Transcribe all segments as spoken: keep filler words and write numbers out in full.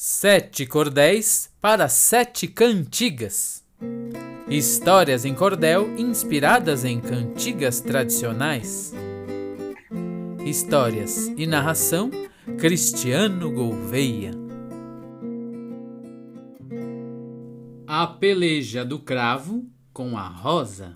Sete cordéis para sete cantigas. Histórias em cordel inspiradas em cantigas tradicionais. Histórias e narração Cristiano Gouveia. A peleja do cravo com a rosa.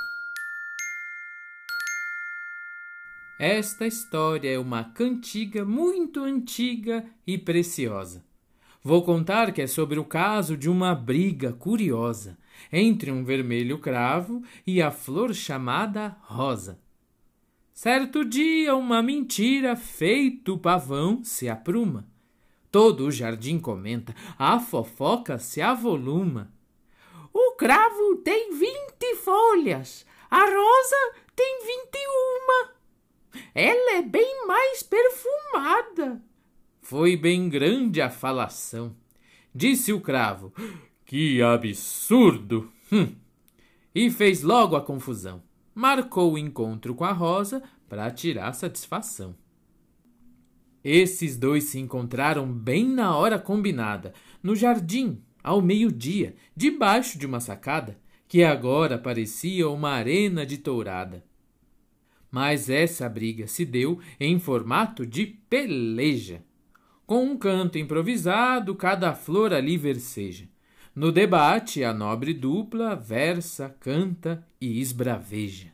Esta história é uma cantiga muito antiga e preciosa. Vou contar que é sobre o caso de uma briga curiosa entre um vermelho cravo e a flor chamada rosa. Certo dia, uma mentira feito pavão se apruma. Todo o jardim comenta, a fofoca se avoluma. O cravo tem vinte folhas, a rosa tem vinte e uma. Ela é bem mais perfumada. Foi bem grande a falação. Disse o cravo, que absurdo! Hum. E fez logo a confusão. Marcou o encontro com a rosa para tirar satisfação. Esses dois se encontraram bem na hora combinada, no jardim, ao meio-dia, debaixo de uma sacada, que agora parecia uma arena de tourada. Mas essa briga se deu em formato de peleja. Com um canto improvisado, cada flor ali verseja. No debate, a nobre dupla versa, canta e esbraveja.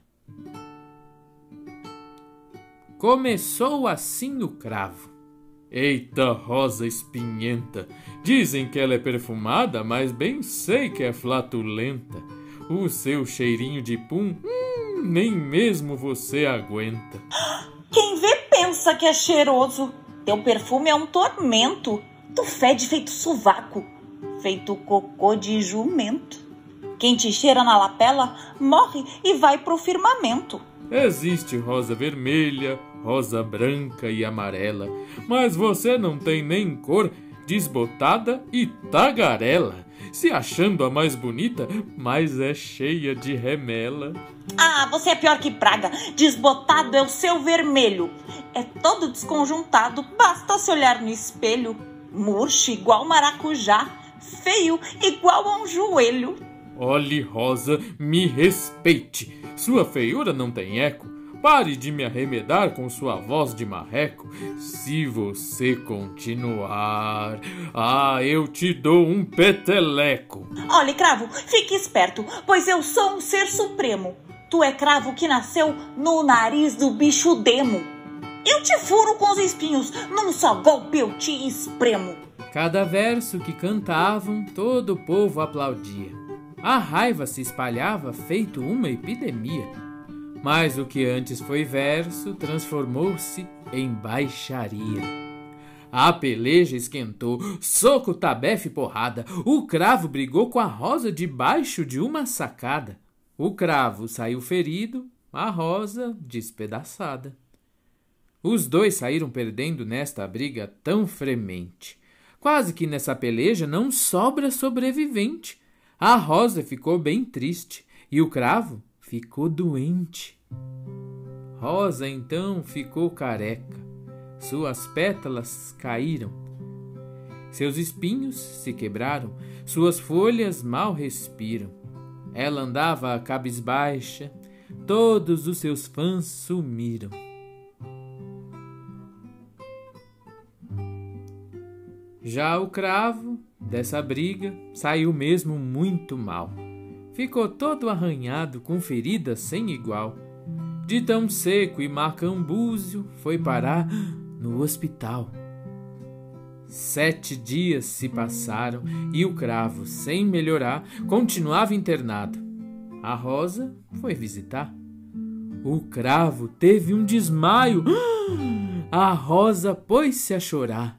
Começou assim o cravo. Eita, rosa espinhenta! Dizem que ela é perfumada, mas bem sei que é flatulenta. O seu cheirinho de pum, hum, nem mesmo você aguenta. Quem vê pensa que é cheiroso. Teu perfume é um tormento. Tu fede feito sovaco, feito cocô de jumento. Quem te cheira na lapela morre e vai pro firmamento. Existe rosa vermelha, rosa branca e amarela, mas você não tem nem cor, desbotada e tagarela. Se achando a mais bonita, mas é cheia de remela. Ah, você é pior que praga. Desbotado é o seu vermelho. É todo desconjuntado, basta se olhar no espelho. Murcho igual maracujá, feio igual a um joelho. Olhe, rosa, me respeite. Sua feiura não tem eco. Pare de me arremedar com sua voz de marreco. Se você continuar, ah, eu te dou um peteleco. Olha, cravo, fique esperto, pois eu sou um ser supremo. Tu é cravo que nasceu no nariz do bicho demo. Eu te furo com os espinhos, num só golpe eu te espremo. Cada verso que cantavam, todo o povo aplaudia. A raiva se espalhava feito uma epidemia. Mas o que antes foi verso transformou-se em baixaria. A peleja esquentou, soco, tabefe e porrada. O cravo brigou com a rosa debaixo de uma sacada. O cravo saiu ferido, a rosa despedaçada. Os dois saíram perdendo nesta briga tão fremente. Quase que nessa peleja não sobra sobrevivente. A rosa ficou bem triste e o cravo ficou doente. Rosa então ficou careca, suas pétalas caíram, seus espinhos se quebraram, suas folhas mal respiram. Ela andava cabisbaixa, todos os seus fãs sumiram. Já o cravo, dessa briga, saiu mesmo muito mal. Ficou todo arranhado, com feridas sem igual. De tão seco e macambúzio, foi parar no hospital. Sete dias se passaram e o cravo, sem melhorar, continuava internado. A rosa foi visitar. O cravo teve um desmaio. A rosa pôs-se a chorar.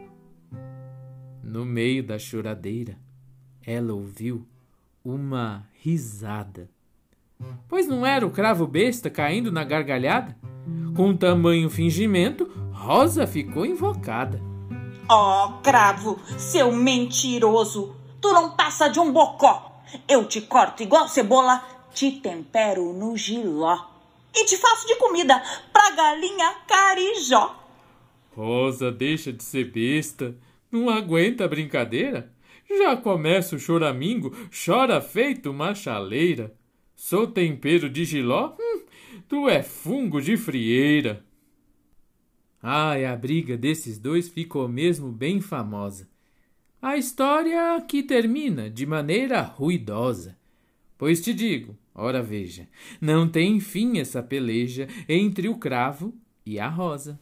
No meio da choradeira, ela ouviu uma risada. Pois não era o cravo besta caindo na gargalhada? Com tamanho fingimento, Rosa ficou invocada. Ó, oh, cravo, seu mentiroso, tu não passa de um bocó. Eu te corto igual cebola, te tempero no jiló e te faço de comida pra galinha carijó. Rosa, deixa de ser besta. Não aguenta a brincadeira? Já começa o choramingo, chora feito uma chaleira. Sou tempero de jiló? Hum, tu é fungo de frieira. Ai, a briga desses dois ficou mesmo bem famosa. A história aqui termina de maneira ruidosa. Pois te digo, ora veja, não tem fim essa peleja entre o cravo e a rosa.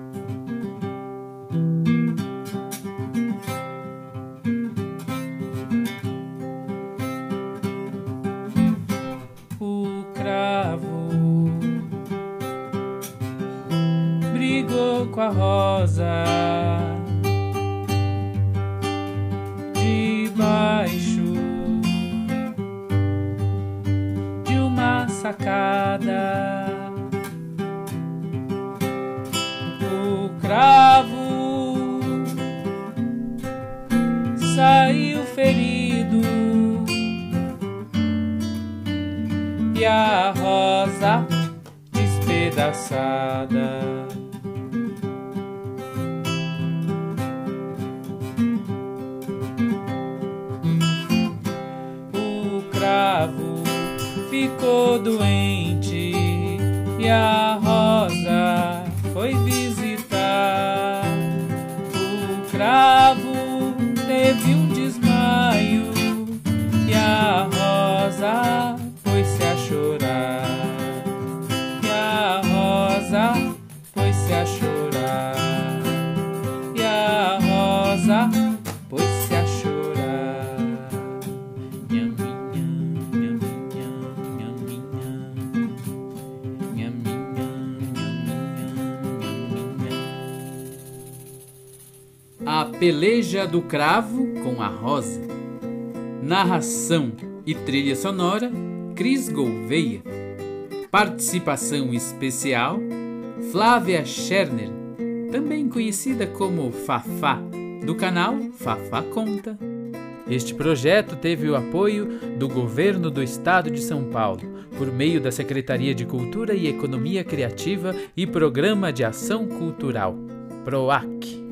O cravo brigou com a rosa debaixo de uma sacada. O cravo saiu ferido e a rosa despedaçada. O cravo ficou doente e a rosa foi visitar. O cravo teve um desmaio e a rosa pôs-se a chorar. E a rosa pôs-se a chorar. E a rosa pôs-se a chorar. A peleja do cravo com a rosa. Narração e trilha sonora, Cris Gouveia. Participação especial, Flávia Scherner, também conhecida como Fafá, do canal Fafá Conta. Este projeto teve o apoio do Governo do Estado de São Paulo, por meio da Secretaria de Cultura e Economia Criativa e Programa de Ação Cultural, PROAC.